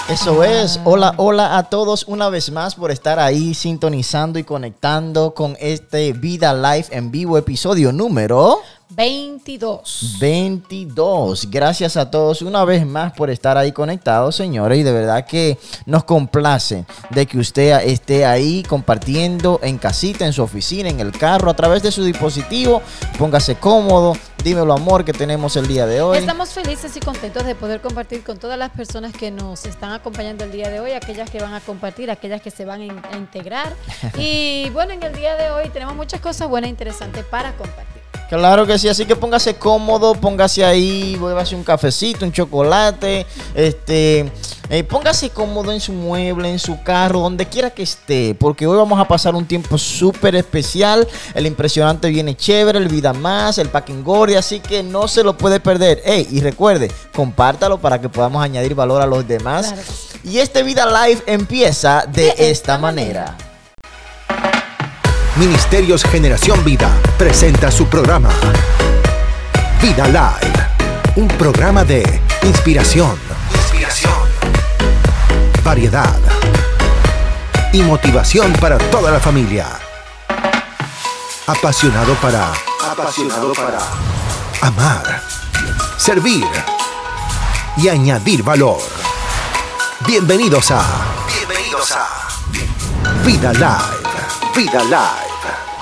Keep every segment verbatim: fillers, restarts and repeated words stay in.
Eso es. Hola, hola a todos una vez más por estar ahí sintonizando y conectando con este Vida Live en vivo episodio número veintidós. veintidós. Gracias a todos una vez más por estar ahí conectados, señores. Y de verdad que nos complace de que usted esté ahí compartiendo en casita, en su oficina, en el carro, a través de su dispositivo. Póngase cómodo. Dímelo, amor, que tenemos el día de hoy. Estamos felices y contentos de poder compartir con todas las personas que nos están acompañando el día de hoy, aquellas que van a compartir, aquellas que se van a integrar. Y bueno, en el día de hoy tenemos muchas cosas buenas e interesantes para compartir. Claro que sí, así que póngase cómodo, póngase ahí, bébase un cafecito, un chocolate, este, eh, póngase cómodo en su mueble, en su carro, donde quiera que esté, porque hoy vamos a pasar un tiempo súper especial. El impresionante viene chévere, el Vida Más, el Packing Gordy, así que no se lo puede perder. Ey, y recuerde, compártalo para que podamos añadir valor a los demás. Claro. Y este Vida Live empieza de, de esta, esta manera. manera. Ministerios Generación Vida presenta su programa Vida Live, un programa de inspiración, inspiración, variedad y motivación para toda la familia. Apasionado para, apasionado para amar, servir y añadir valor. Bienvenidos a, bienvenidos a Vida Live, Vida Live.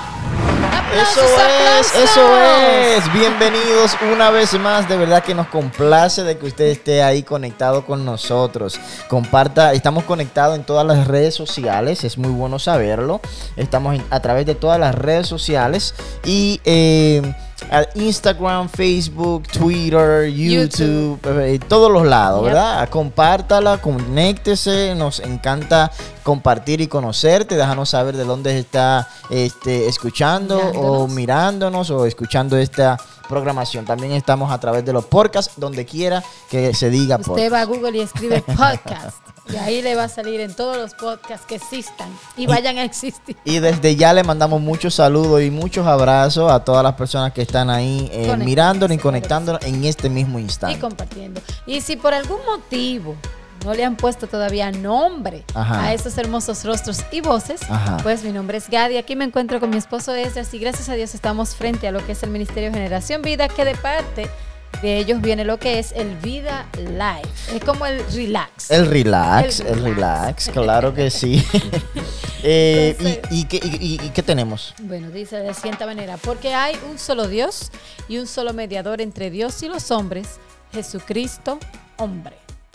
Eso es, eso es. Bienvenidos una vez más. De verdad que nos complace de que usted esté ahí conectado con nosotros. Comparta, estamos conectados en todas las redes sociales. Es muy bueno saberlo. Estamos en, a través de todas las redes sociales. Y eh, Instagram, Facebook, Twitter, YouTube, YouTube. Eh, todos los lados, yep. ¿verdad? Compártala, conéctese. Nos encanta compartir y conocerte. Déjanos saber de dónde está este, escuchando o mirándonos o escuchando esta programación. También estamos a través de los podcasts, donde quiera que se diga Usted podcast. va a Google y escribe podcast. Y ahí le va a salir en todos los podcasts que existan y vayan a existir. Y desde ya le mandamos muchos saludos y muchos abrazos a todas las personas que están ahí eh, mirándonos y conectándonos en este mismo instante. Y compartiendo. Y si por algún motivo no le han puesto todavía nombre Ajá. a esos hermosos rostros y voces, Ajá. pues mi nombre es Gadi. Aquí me encuentro con mi esposo Esdras y gracias a Dios estamos frente a lo que es el Ministerio Generación Vida, que de parte de ellos viene lo que es el Vida Live. Es como el relax. El relax, el, el relax, relax claro que sí. eh, Entonces, y, y, ¿qué, y, y qué tenemos? Bueno, dice de la siguiente manera: porque hay un solo Dios y un solo mediador entre Dios y los hombres, Jesucristo, hombre.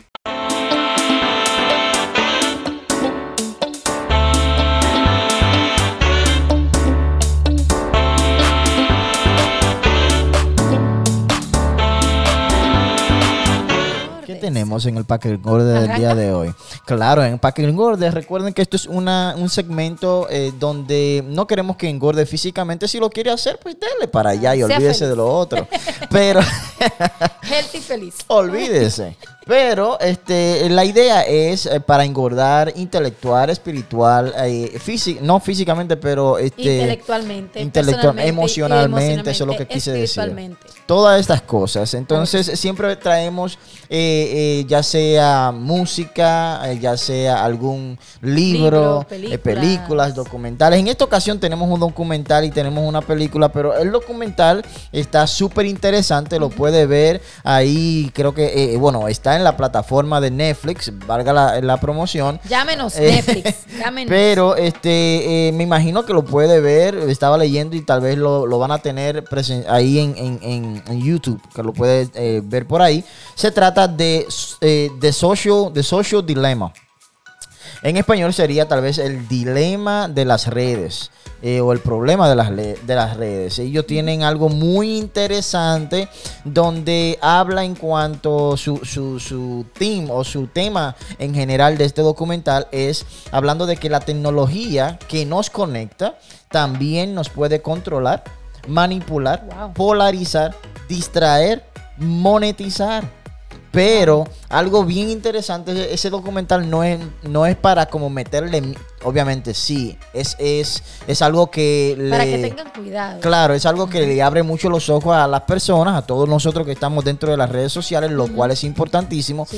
¿Qué tenemos en el Packing Gordy del día de hoy? Claro, en Packing Gordy, recuerden que esto es una, un segmento eh, donde no queremos que engorde físicamente. Si lo quiere hacer, pues dele para allá y sea olvídese feliz de lo otro. Pero healthy feliz. Olvídese. Pero este, la idea es eh, para engordar intelectual, espiritual, eh, físic, no físicamente, pero este, intelectualmente, intelectual, emocionalmente, emocionalmente, eso es lo que quise decir. Todas estas cosas. Entonces, okay. siempre traemos eh, eh, ya sea música, eh, ya sea algún libro, libro películas. Eh, películas, documentales. En esta ocasión tenemos un documental y tenemos una película, pero el documental está súper interesante, lo puede ver ahí, creo que, eh, bueno, está en la plataforma de Netflix, valga la, la promoción. Llámenos, eh, Netflix, llámenos. Pero este, eh, me imagino que lo puede ver, estaba leyendo y tal vez lo, lo van a tener presen- ahí en, en, en, en YouTube, que lo puede eh, ver por ahí. Se trata de eh, The Social, The Social Dilemma. En español sería tal vez el dilema de las redes. Eh, o el problema de las, le- de las redes. Ellos tienen algo muy interesante donde habla en cuanto su, su, su team o su tema en general de este documental es hablando de que la tecnología que nos conecta también nos puede controlar, manipular, wow. polarizar, distraer, monetizar. Pero algo bien interesante, ese documental no es, no es para como meterle, obviamente sí, es, es, es algo que para le, que tengan cuidado. Claro, es algo que uh-huh. le abre mucho los ojos a las personas, a todos nosotros que estamos dentro de las redes sociales, lo uh-huh. cual es importantísimo. Sí, sí.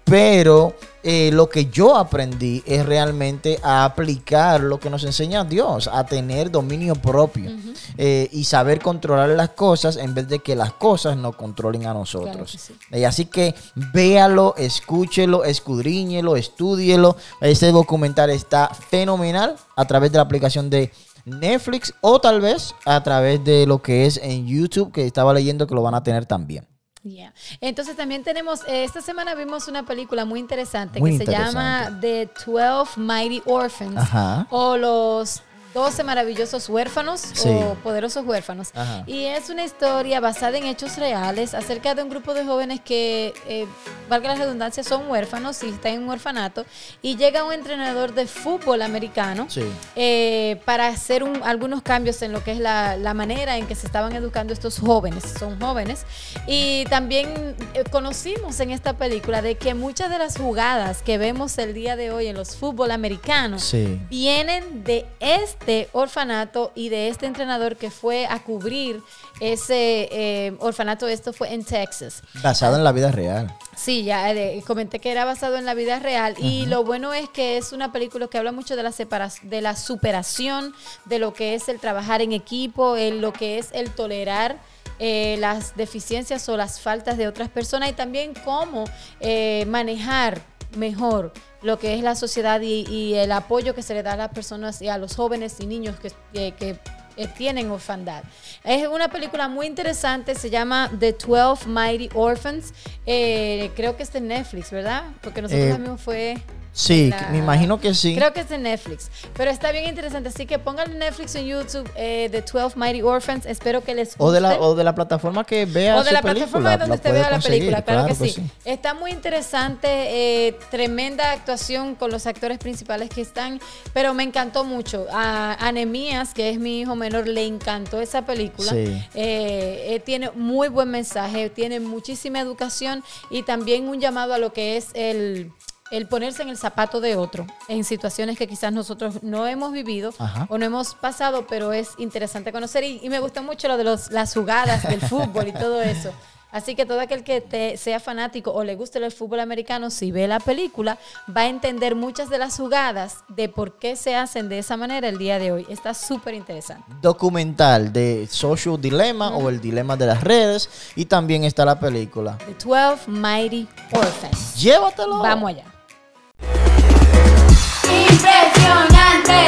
pero eh, lo que yo aprendí es realmente a aplicar lo que nos enseña Dios, a tener dominio propio uh-huh. eh, y saber controlar las cosas en vez de que las cosas nos controlen a nosotros. Claro que sí. Y así que véalo, escúchelo, escudriñelo, estúdielo. Este documental está fenomenal a través de la aplicación de Netflix o tal vez a través de lo que es en YouTube, que estaba leyendo que lo van a tener también. Yeah. Entonces también tenemos, eh, esta semana vimos una película muy interesante muy que interesante. se llama The twelve Mighty Orphans. Ajá. O los doce maravillosos huérfanos sí. o poderosos huérfanos. Ajá. Y es una historia basada en hechos reales acerca de un grupo de jóvenes que, eh, valga la redundancia, son huérfanos y están en un orfanato. Y llega un entrenador de fútbol americano sí. eh, para hacer un, algunos cambios en lo que es la, la manera en que se estaban educando estos jóvenes. Son jóvenes. Y también eh, conocimos en esta película de que muchas de las jugadas que vemos el día de hoy en los fútbol americanos sí. vienen de este de orfanato y de este entrenador que fue a cubrir ese eh, orfanato. Esto fue en Texas. Basado en la vida real. Sí, ya eh, comenté que era basado en la vida real. Uh-huh. Y lo bueno es que es una película que habla mucho de la separa- de la superación, de lo que es el trabajar en equipo, en lo que es el tolerar Eh, las deficiencias o las faltas de otras personas y también cómo eh, manejar mejor lo que es la sociedad y, y el apoyo que se le da a las personas y a los jóvenes y niños que, que, que eh, tienen orfandad. Es una película muy interesante, se llama The twelve Mighty Orphans. Eh, creo que es de Netflix, ¿verdad? Porque nosotros eh, también fue... Sí, la, me imagino que sí. Creo que es de Netflix, pero está bien interesante, así que pongan Netflix en YouTube, eh, The twelve Mighty Orphans, espero que les guste. O de la, o de la plataforma que vea O de su la película, plataforma donde usted vea la película, claro, claro que, que sí. sí. Está muy interesante, eh, tremenda actuación con los actores principales que están, pero me encantó mucho. A Anemías, que es mi hijo menor, le encantó esa película. Sí. Eh, eh, tiene muy buen mensaje, tiene muchísima educación y también un llamado a lo que es el... el ponerse en el zapato de otro en situaciones que quizás nosotros no hemos vivido Ajá. o no hemos pasado, pero es interesante conocer y, y me gusta mucho lo de los, las jugadas del fútbol y todo eso. Así que todo aquel que te sea fanático o le guste el fútbol americano, si ve la película, va a entender muchas de las jugadas de por qué se hacen de esa manera el día de hoy. Está súper interesante. Documental de Social Dilemma uh-huh. o el dilema de las redes y también está la película The twelve Mighty Orphans. Llévatelo. Vamos allá. Impresionante.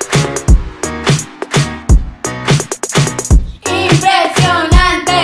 Impresionante.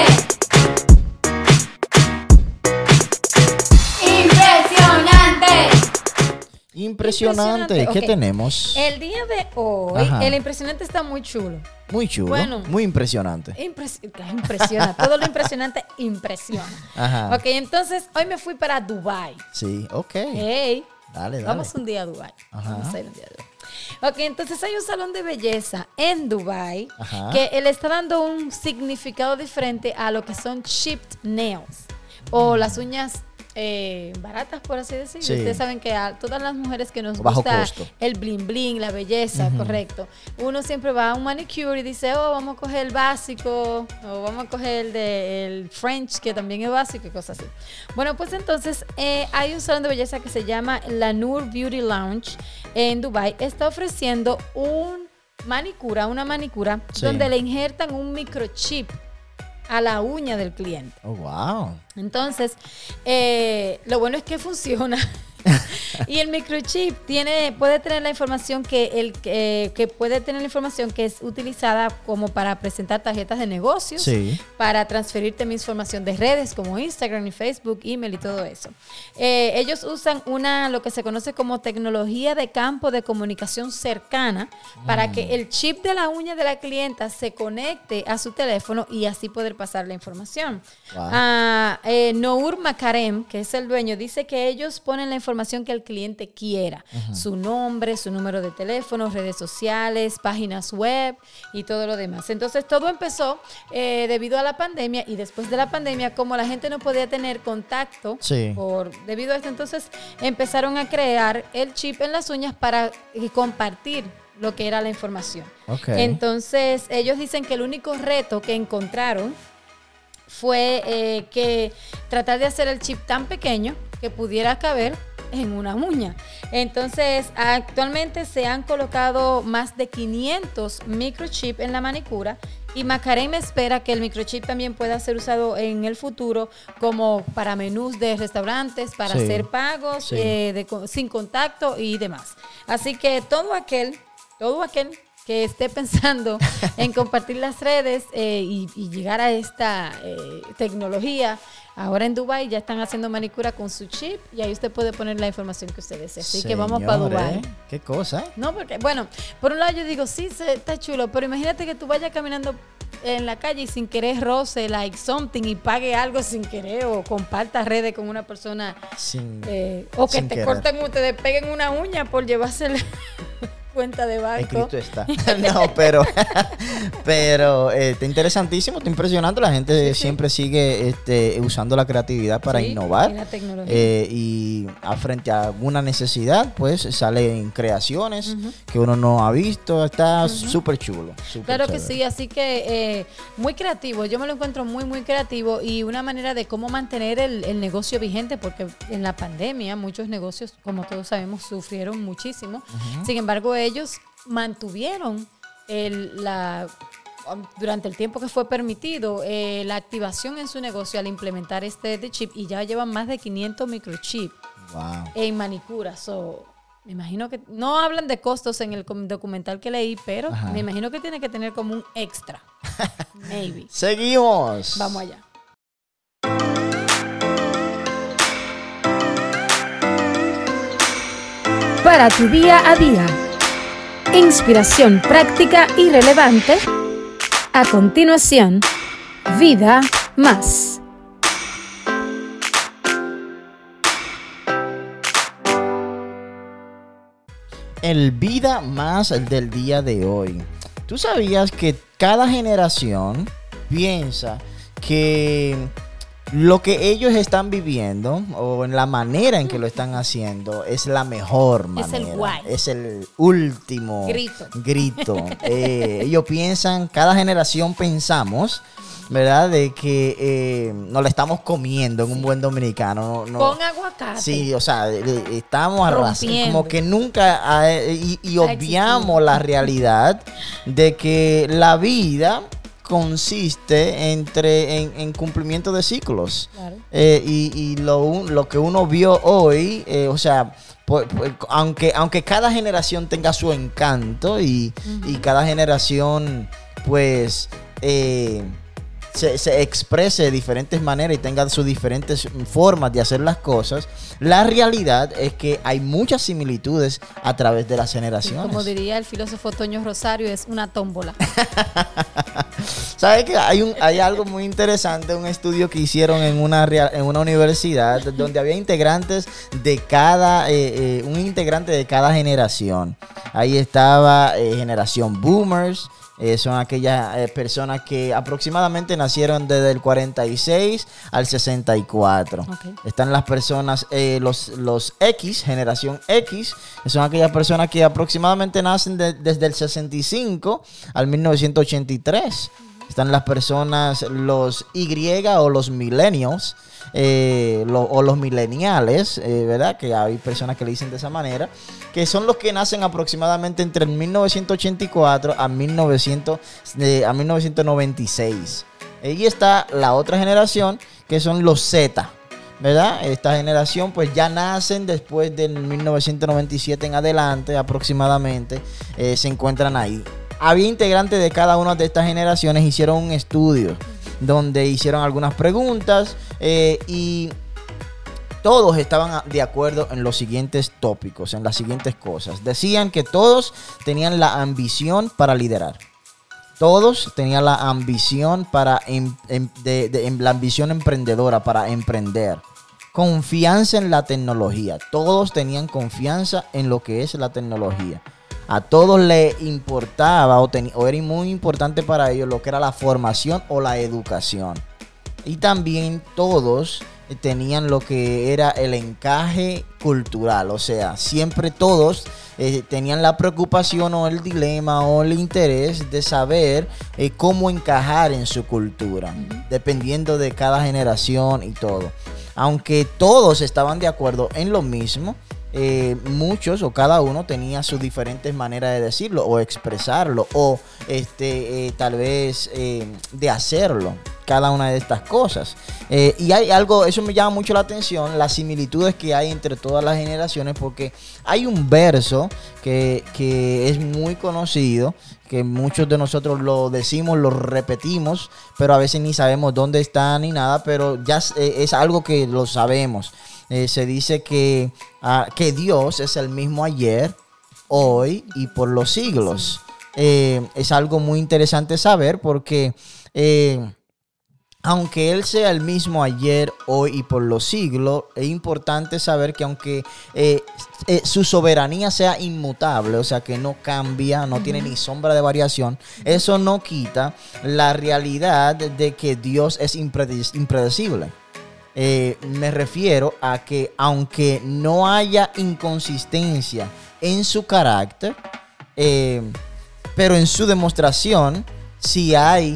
Impresionante. Impresionante. ¿Qué okay. tenemos? El día de hoy, Ajá. el impresionante está muy chulo. Muy chulo, bueno, muy impresionante. Impres- impresiona, todo lo impresionante impresiona. Ajá. Ok, entonces hoy me fui para Dubái. Sí, ok. Hey. Dale, dale. Vamos un día a Dubái. Ajá. Vamos a ir un día a Dubái. Ok, entonces hay un salón de belleza en Dubái que le está dando un significado diferente a lo que son chipped nails o las uñas eh, baratas, por así decirlo. Sí. Ustedes saben que a todas las mujeres que nos Bajo gusta costo. El bling bling, la belleza, uh-huh. correcto. Uno siempre va a un manicure y dice, oh, vamos a coger el básico o vamos a coger el de el French, que también es básico y cosas así. Bueno, pues entonces eh, hay un salón de belleza que se llama La Noor Beauty Lounge en Dubai. Está ofreciendo un manicura, una manicura sí. donde le injertan un microchip a la uña del cliente. Oh, wow. Entonces, eh, lo bueno es que funciona. Y el microchip tiene, puede tener la información que, el, eh, que puede tener la información que es utilizada como para presentar tarjetas de negocios, sí. para transferirte mi información de redes como Instagram y Facebook, email y todo eso. Eh, ellos usan una, lo que se conoce como tecnología de campo de comunicación cercana mm. para que el chip de la uña de la clienta se conecte a su teléfono y así poder pasar la información. Wow. Uh, eh, Noor Makarem, que es el dueño, dice que ellos ponen la información que el cliente quiera, uh-huh. su nombre, su número de teléfono, redes sociales, páginas web y todo lo demás. Entonces todo empezó eh, debido a la pandemia y después de la pandemia, como la gente no podía tener contacto sí. por debido a esto, entonces empezaron a crear el chip en las uñas para eh, compartir lo que era la información. Okay. Entonces ellos dicen que el único reto que encontraron fue eh, que tratar de hacer el chip tan pequeño que pudiera caber en una uña. Entonces, actualmente se han colocado más de quinientos microchips en la manicura y Macarena espera que el microchip también pueda ser usado en el futuro como para menús de restaurantes, para sí, hacer pagos sí. eh, de, sin contacto y demás. Así que todo aquel, todo aquel que esté pensando en compartir las redes eh, y, y llegar a esta eh, tecnología. Ahora en Dubái ya están haciendo manicura con su chip y ahí usted puede poner la información que usted desee. Así Señor, que vamos para Dubái. ¿eh? ¿Qué cosa? No, porque, bueno, por un lado yo digo, sí, se, está chulo, pero imagínate que tú vayas caminando en la calle y sin querer roce, like something, y pague algo sin querer o comparta redes con una persona. Sin, eh, o que te querer. corten, te despeguen una uña por llevarse cuenta de banco. Escrito está. No, pero pero eh, está interesantísimo, está impresionante. La gente sí, siempre sí. sigue este, usando la creatividad para sí, innovar. Y la tecnología. Eh, y a frente a alguna necesidad, pues salen creaciones uh-huh. que uno no ha visto. Está súper uh-huh. chulo. Super claro chévere. que sí, así que eh, muy creativo. Yo me lo encuentro muy, muy creativo y una manera de cómo mantener el, el negocio vigente, porque en la pandemia muchos negocios, como todos sabemos, sufrieron muchísimo. Uh-huh. Sin embargo, ellos mantuvieron el, la, durante el tiempo que fue permitido eh, la activación en su negocio al implementar este de chip y ya llevan más de quinientos microchips wow. en manicura. So, me imagino que no hablan de costos en el documental que leí, pero Ajá. me imagino que tiene que tener como un extra. Maybe. Seguimos. Vamos allá. Para tu día a día. Inspiración práctica y relevante. A continuación, Vida Más. El Vida Más del día de hoy. ¿Tú sabías que cada generación piensa que lo que ellos están viviendo o en la manera en que lo están haciendo es la mejor manera? Es el guay. Es el último grito. grito. Eh, ellos piensan, cada generación pensamos, ¿verdad? De que eh, nos la estamos comiendo en sí. un buen dominicano. No, no, con aguacate. Sí, o sea, estamos arrasando. Como que nunca, eh, y, y obviamos la realidad de que la vida consiste entre en, en cumplimiento de ciclos. Claro. Eh, y y lo, lo que uno vio hoy, eh, o sea, pues, pues, aunque, aunque cada generación tenga su encanto y, uh-huh. y cada generación, pues, eh, se, se exprese de diferentes maneras y tenga sus diferentes formas de hacer las cosas, la realidad es que hay muchas similitudes a través de las generaciones. Sí, como diría el filósofo Toño Rosario, es una tómbola. ¿Sabes qué? Hay, un, hay algo muy interesante, un estudio que hicieron en una, en una universidad donde había integrantes de cada, eh, eh, un integrante de cada generación. Ahí estaba eh, generación boomers. Eh, son aquellas eh, personas que aproximadamente nacieron desde el cuarenta y seis al sesenta y cuatro. Okay. Están las personas, eh, los, los X, generación X, que son aquellas personas que aproximadamente nacen de, desde el sesenta y cinco al mil novecientos ochenta y tres. Están las personas, los Y o los millennials, eh, lo, o los millennials, eh, ¿verdad? Que hay personas que le dicen de esa manera, que son los que nacen aproximadamente entre el mil novecientos ochenta y cuatro a, mil novecientos, eh, a mil novecientos noventa y seis. Ahí está la otra generación, que son los Z, ¿verdad? Esta generación pues ya nacen después del mil novecientos noventa y siete en adelante aproximadamente, eh, se encuentran ahí. Había integrantes de cada una de estas generaciones, hicieron un estudio donde hicieron algunas preguntas eh, y todos estaban de acuerdo en los siguientes tópicos, en las siguientes cosas. Decían que todos tenían la ambición para liderar. Todos tenían la ambición para em, em, de, de, de, la ambición emprendedora para emprender. Confianza en la tecnología. Todos tenían confianza en lo que es la tecnología. A todos les importaba o, ten, o era muy importante para ellos lo que era la formación o la educación. Y también todos tenían lo que era el encaje cultural, o sea, siempre todos eh, tenían la preocupación o el dilema o el interés de saber eh, cómo encajar en su cultura, uh-huh. dependiendo de cada generación y todo. Aunque todos estaban de acuerdo en lo mismo, eh, muchos o cada uno tenía sus diferentes maneras de decirlo o expresarlo o este eh, tal vez eh, de hacerlo, cada una de estas cosas. Eh, y hay algo, eso me llama mucho la atención, las similitudes que hay entre todas las generaciones, porque hay un verso que, que es muy conocido, que muchos de nosotros lo decimos, lo repetimos, pero a veces ni sabemos dónde está ni nada, pero ya es, es algo que lo sabemos. Eh, se dice que, uh, que Dios es el mismo ayer, hoy y por los siglos. Eh, es algo muy interesante saber porque eh, aunque Él sea el mismo ayer, hoy y por los siglos, es importante saber que aunque eh, eh, su soberanía sea inmutable, o sea que no cambia, no uh-huh. tiene ni sombra de variación, eso no quita la realidad de que Dios es impredec- impredecible. Eh, me refiero a que aunque no haya inconsistencia en su carácter, eh, pero en su demostración sí hay,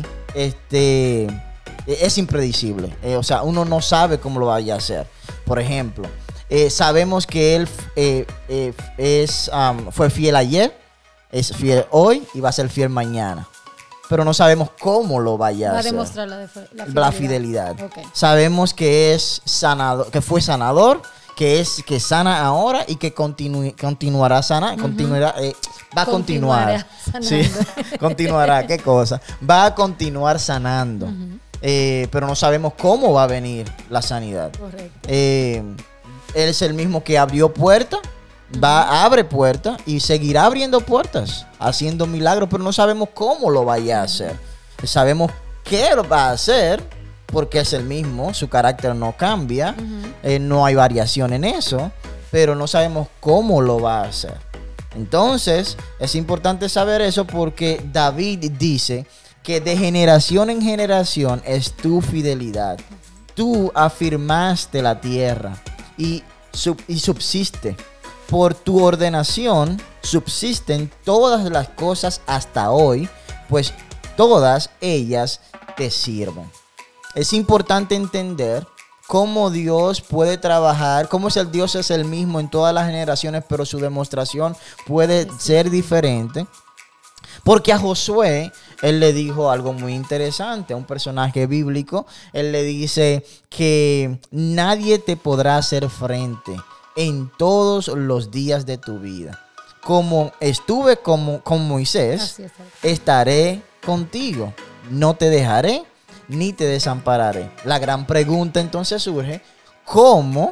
este, es impredecible. Eh, o sea, uno no sabe cómo lo vaya a hacer. Por ejemplo, eh, sabemos que él eh, eh, es, um, fue fiel ayer, es fiel hoy y va a ser fiel mañana. Pero no sabemos cómo lo vaya a hacer. Va a demostrar la, de, la fidelidad. La fidelidad. Okay. Sabemos que es sanador, que fue sanador, que es que sana ahora y que continu, continuará sana, uh-huh. continuará, eh, va a continuar. Sí, continuará, qué cosa. Va a continuar sanando. Uh-huh. Eh, pero no sabemos cómo va a venir la sanidad. Correcto. Eh, él es el mismo que abrió puertas. Va, abre puertas y seguirá abriendo puertas, haciendo milagros, pero no sabemos cómo lo vaya a hacer. Sabemos qué lo va a hacer, porque es el mismo, su carácter no cambia, uh-huh. eh, no hay variación en eso, pero no sabemos cómo lo va a hacer. Entonces, es importante saber eso porque David dice que de generación en generación es tu fidelidad. Tú afirmaste la tierra y, sub, y subsiste. Por tu ordenación subsisten todas las cosas hasta hoy, pues todas ellas te sirven. Es importante entender cómo Dios puede trabajar, cómo es el Dios es el mismo en todas las generaciones, pero su demostración puede ser diferente. Porque a Josué, él le dijo algo muy interesante, a un personaje bíblico. Él le dice que nadie te podrá hacer frente en todos los días de tu vida. Como estuve con, con Moisés, es, estaré contigo. No te dejaré ni te desampararé. La gran pregunta entonces surge, ¿cómo?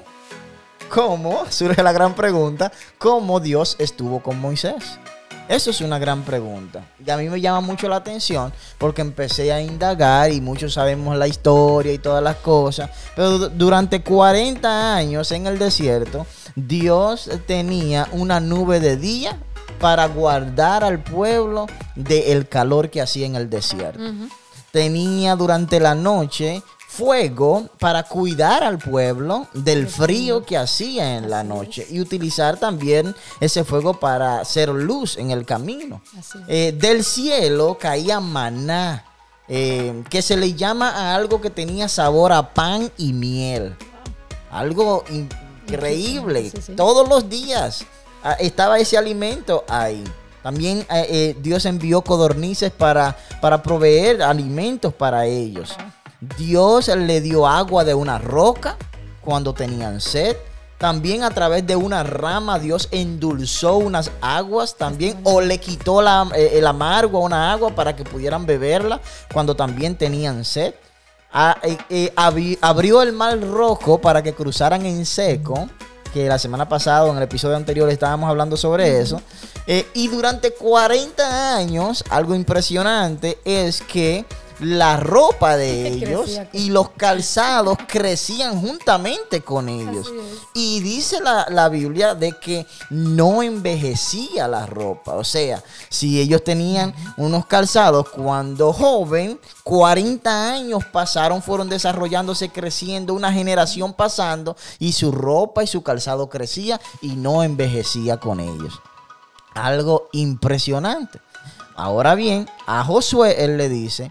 ¿Cómo? Surge la gran pregunta, ¿cómo Dios estuvo con Moisés? Eso es una gran pregunta. Y a mí me llama mucho la atención porque empecé a indagar y muchos sabemos la historia y todas las cosas. Pero durante cuarenta años en el desierto, Dios tenía una nube de día para guardar al pueblo del calor que hacía en el desierto. Uh-huh. Tenía durante la noche fuego para cuidar al pueblo del frío que hacía en la noche y utilizar también ese fuego para hacer luz en el camino. Eh, del cielo caía maná, eh, que se le llama a algo que tenía sabor a pan y miel. Algo increíble. Sí, sí. Todos los días ah, estaba ese alimento ahí. También eh, eh, Dios envió codornices para, para proveer alimentos para ellos. Dios le dio agua de una roca cuando tenían sed. También a través de una rama Dios endulzó unas aguas también, o le quitó la, eh, el amargo a una agua para que pudieran beberla cuando también tenían sed. A, eh, eh, abri, abrió el mar rojo para que cruzaran en seco, que la semana pasada en el episodio anterior estábamos hablando sobre eso. Eh, y durante cuarenta años, algo impresionante es que la ropa de ellos y los calzados crecían juntamente con ellos. Y dice la, la Biblia de que no envejecía la ropa. O sea, si ellos tenían unos calzados cuando joven, cuarenta años pasaron, fueron desarrollándose, creciendo, una generación pasando, y su ropa y su calzado crecía y no envejecía con ellos. Algo impresionante. Ahora bien, a Josué él le dice: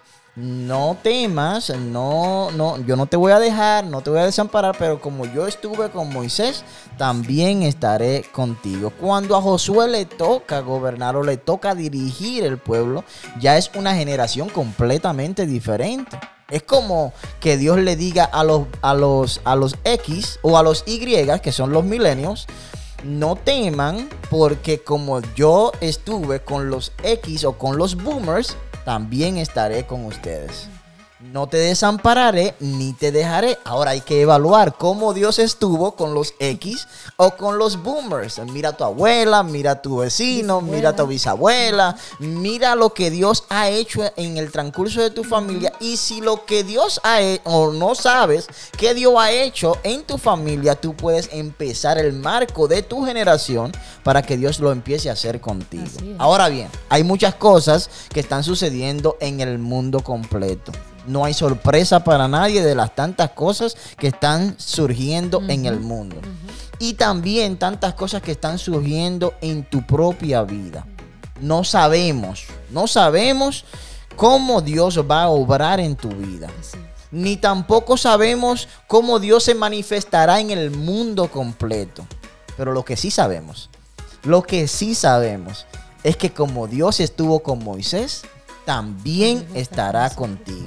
no temas, no, no, yo no te voy a dejar, no te voy a desamparar, pero como yo estuve con Moisés, también estaré contigo. Cuando a Josué le toca gobernar o le toca dirigir el pueblo, ya es una generación completamente diferente. Es como que Dios le diga a los, a los, a los X o a los Y, que son los millennials: no teman, porque como yo estuve con los X o con los boomers, también estaré con ustedes. No te desampararé ni te dejaré. Ahora hay que evaluar cómo Dios estuvo con los X o con los boomers. Mira a tu abuela, mira a tu vecino, bisabuela. Mira a tu bisabuela. Mira lo que Dios ha hecho en el transcurso de tu familia. Y si lo que Dios ha hecho, o no sabes qué Dios ha hecho en tu familia, tú puedes empezar el marco de tu generación para que Dios lo empiece a hacer contigo. Ahora bien, hay muchas cosas que están sucediendo en el mundo completo. No hay sorpresa para nadie de las tantas cosas que están surgiendo uh-huh. en el mundo. Uh-huh. Y también tantas cosas que están surgiendo en tu propia vida. No sabemos, no sabemos cómo Dios va a obrar en tu vida. Sí. Ni tampoco sabemos cómo Dios se manifestará en el mundo completo. Pero lo que sí sabemos, lo que sí sabemos es que como Dios estuvo con Moisés, también estará contigo.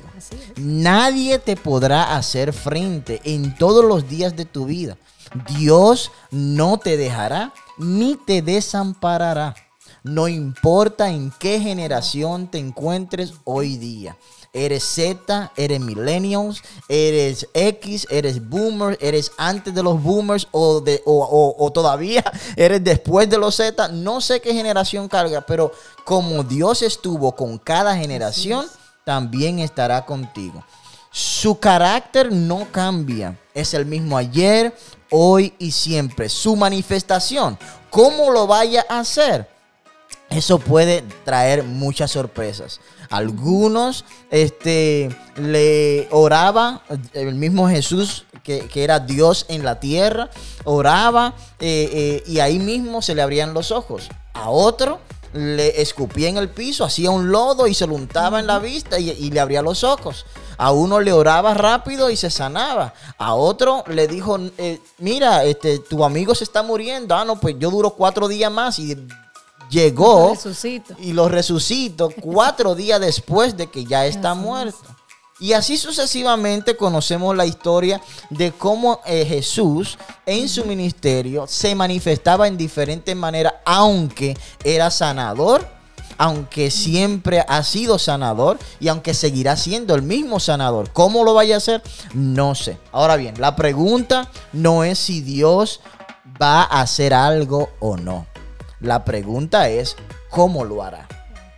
Nadie te podrá hacer frente en todos los días de tu vida. Dios no te dejará ni te desamparará. No importa en qué generación te encuentres hoy día. Eres Z, eres millennials, eres X, eres boomer, eres antes de los boomers o, de, o, o, o todavía eres después de los Z. No sé qué generación carga, pero como Dios estuvo con cada generación, también estará contigo. Su carácter no cambia. Es el mismo ayer, hoy y siempre. Su manifestación, ¿cómo lo vaya a hacer? Eso puede traer muchas sorpresas. Algunos este, le oraba, el mismo Jesús, que, que era Dios en la tierra, oraba eh, eh, y ahí mismo se le abrían los ojos. A otro le escupía en el piso, hacía un lodo y se lo untaba en la vista y, y le abría los ojos. A uno le oraba rápido y se sanaba. A otro le dijo, eh, mira, este, tu amigo se está muriendo. Ah, no, pues yo duro cuatro días más y llegó lo y lo resucito cuatro días después de que ya está así muerto. Es. Y así sucesivamente conocemos la historia de cómo eh, Jesús en su ministerio se manifestaba en diferentes maneras, aunque era sanador, aunque siempre ha sido sanador y aunque seguirá siendo el mismo sanador. ¿Cómo lo vaya a hacer? No sé. Ahora bien, la pregunta no es si Dios va a hacer algo o no. La pregunta es, ¿cómo lo hará?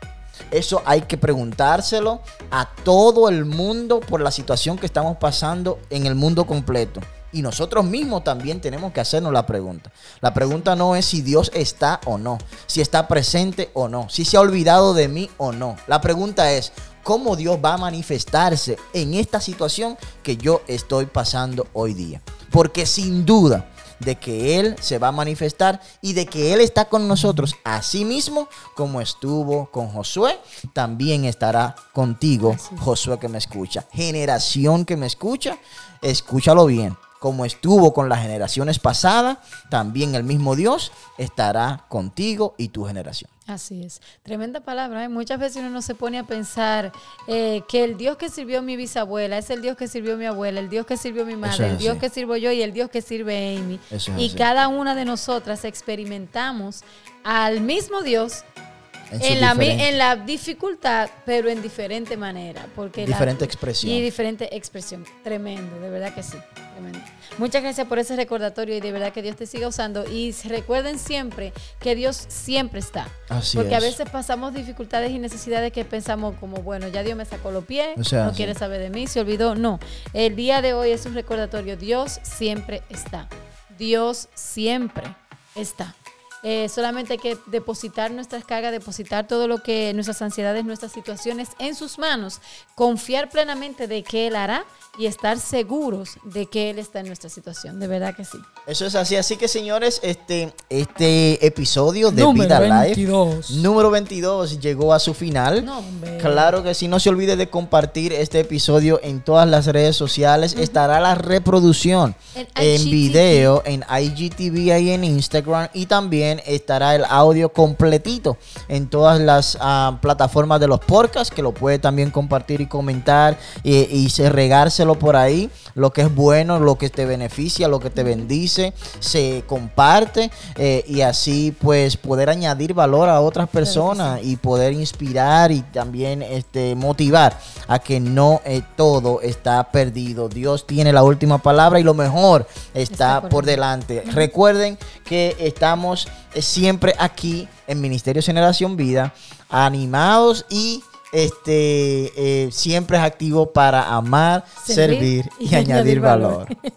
Eso hay que preguntárselo a todo el mundo por la situación que estamos pasando en el mundo completo. Y nosotros mismos también tenemos que hacernos la pregunta. La pregunta no es si Dios está o no, si está presente o no, si se ha olvidado de mí o no. La pregunta es, ¿cómo Dios va a manifestarse en esta situación que yo estoy pasando hoy día? Porque sin duda de que Él se va a manifestar y de que Él está con nosotros, así mismo como estuvo con Josué, también estará contigo, Josué que me escucha. Generación que me escucha, escúchalo bien. Como estuvo con las generaciones pasadas, también el mismo Dios estará contigo y tu generación. Así es. Tremenda palabra, ¿eh? Muchas veces uno se pone a pensar eh, que el Dios que sirvió mi bisabuela es el Dios que sirvió mi abuela, el Dios que sirvió mi madre, el Dios que sirvo yo y el Dios que sirve Amy. Y así. Cada una de nosotras experimentamos al mismo Dios En, en, la, en la dificultad, pero en diferente manera. Porque diferente la, expresión. Y diferente expresión. Tremendo, de verdad que sí. Tremendo. Muchas gracias por ese recordatorio y de verdad que Dios te siga usando. Y recuerden siempre que Dios siempre está. Así porque es. a veces pasamos dificultades y necesidades que pensamos como, bueno, ya Dios me sacó los pies, o sea, no sí. quiere saber de mí, se olvidó. No, el día de hoy es un recordatorio. Dios siempre está. Dios siempre está. Eh, solamente hay que depositar nuestras cargas, depositar todo lo que, nuestras ansiedades, nuestras situaciones en sus manos, confiar plenamente de que Él hará y estar seguros de que Él está en nuestra situación. De verdad que sí. Eso es así. Así que, señores, este, este episodio de número Vida veintidós. Live número veintidós llegó a su final. No, hombre. Claro que sí. No se olvide de compartir este episodio en todas las redes sociales. Uh-huh. Estará la reproducción en, en video en I G T V y en Instagram. Y también estará el audio completito en todas las uh, plataformas de los podcasts, que lo puede también compartir y comentar y, y se regárselo por ahí. Lo que es bueno, lo que te beneficia, lo que te bendice, se comparte eh, y así pues poder añadir valor a otras personas y poder inspirar y también este, motivar a que no eh, todo está perdido. Dios tiene la última palabra y lo mejor está, está por, por delante. Uh-huh. Recuerden que estamos eh, siempre aquí en Ministerio Generación Vida, animados y Este eh, siempre es activo para amar, servir, servir y, y añadir, añadir valor. valor.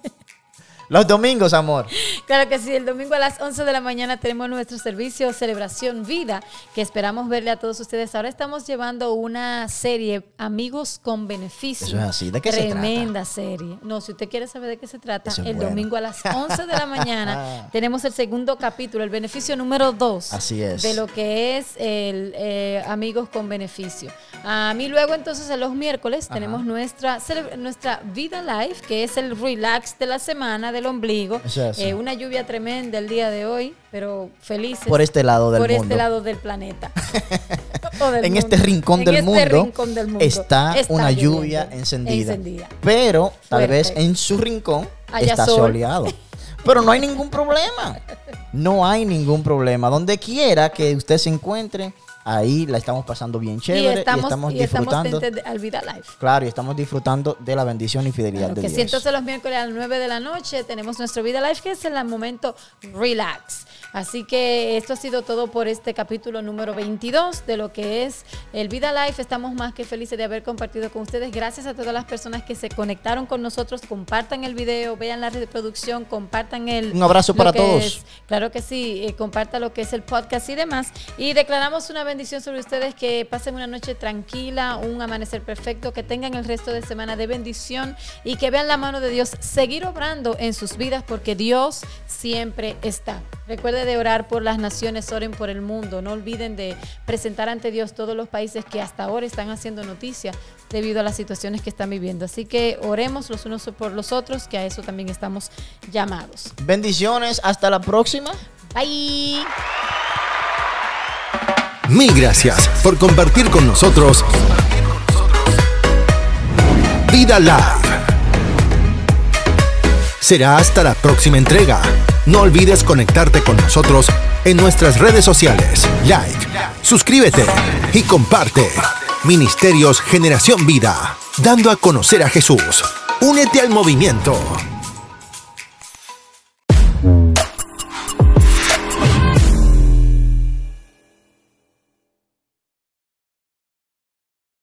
Los domingos, amor. Claro que sí, el domingo a las once de la mañana tenemos nuestro servicio Celebración Vida, que esperamos verle a todos ustedes. Ahora estamos llevando una serie, Amigos con Beneficio. Eso es así. ¿De qué se trata? Tremenda serie. No, si usted quiere saber de qué se trata, el bueno. domingo a las once de la mañana tenemos el segundo capítulo, el beneficio número dos. Así es. De lo que es el eh, Amigos con Beneficio. A mí luego entonces en los miércoles Ajá. tenemos nuestra, nuestra Vida Live, que es el relax de la semana del ombligo. Eh, una lluvia tremenda el día de hoy, pero felices. Por este lado del por mundo. Por este lado del planeta. del en, mundo. Este rincón, en del, este mundo rincón del mundo está, está una lluvia encendida. encendida. Pero tal Fuerte. vez en su rincón Haya está sol. soleado. Pero no hay ningún problema. No hay ningún problema. Donde quiera que usted se encuentre, ahí la estamos pasando bien chévere y estamos, y estamos y disfrutando. Estamos al Vida Live. Claro, y estamos disfrutando de la bendición y fidelidad claro, de que Dios. Sí, entonces los miércoles a las nueve de la noche tenemos nuestro Vida Live, que es el momento relax. Así que esto ha sido todo por este capítulo número veintidós de lo que es el Vida Live. Estamos más que felices de haber compartido con ustedes. Gracias a todas las personas que se conectaron con nosotros. Compartan el video, vean la reproducción, compartan el... Un abrazo para todos. Es, claro que sí, eh, comparta lo que es el podcast y demás. Y declaramos una bendición sobre ustedes, que pasen una noche tranquila, un amanecer perfecto, que tengan el resto de semana de bendición y que vean la mano de Dios seguir obrando en sus vidas, porque Dios siempre está. Recuerde de orar por las naciones, oren por el mundo. No olviden de presentar ante Dios todos los países que hasta ahora están haciendo noticia debido a las situaciones que están viviendo. Así que oremos los unos por los otros, que a eso también estamos llamados. Bendiciones, hasta la próxima. Bye. Mil gracias por compartir con nosotros Vida Live. Será hasta la próxima entrega. No olvides conectarte con nosotros en nuestras redes sociales. Like, suscríbete y comparte. Ministerios Generación Vida, dando a conocer a Jesús. Únete al movimiento.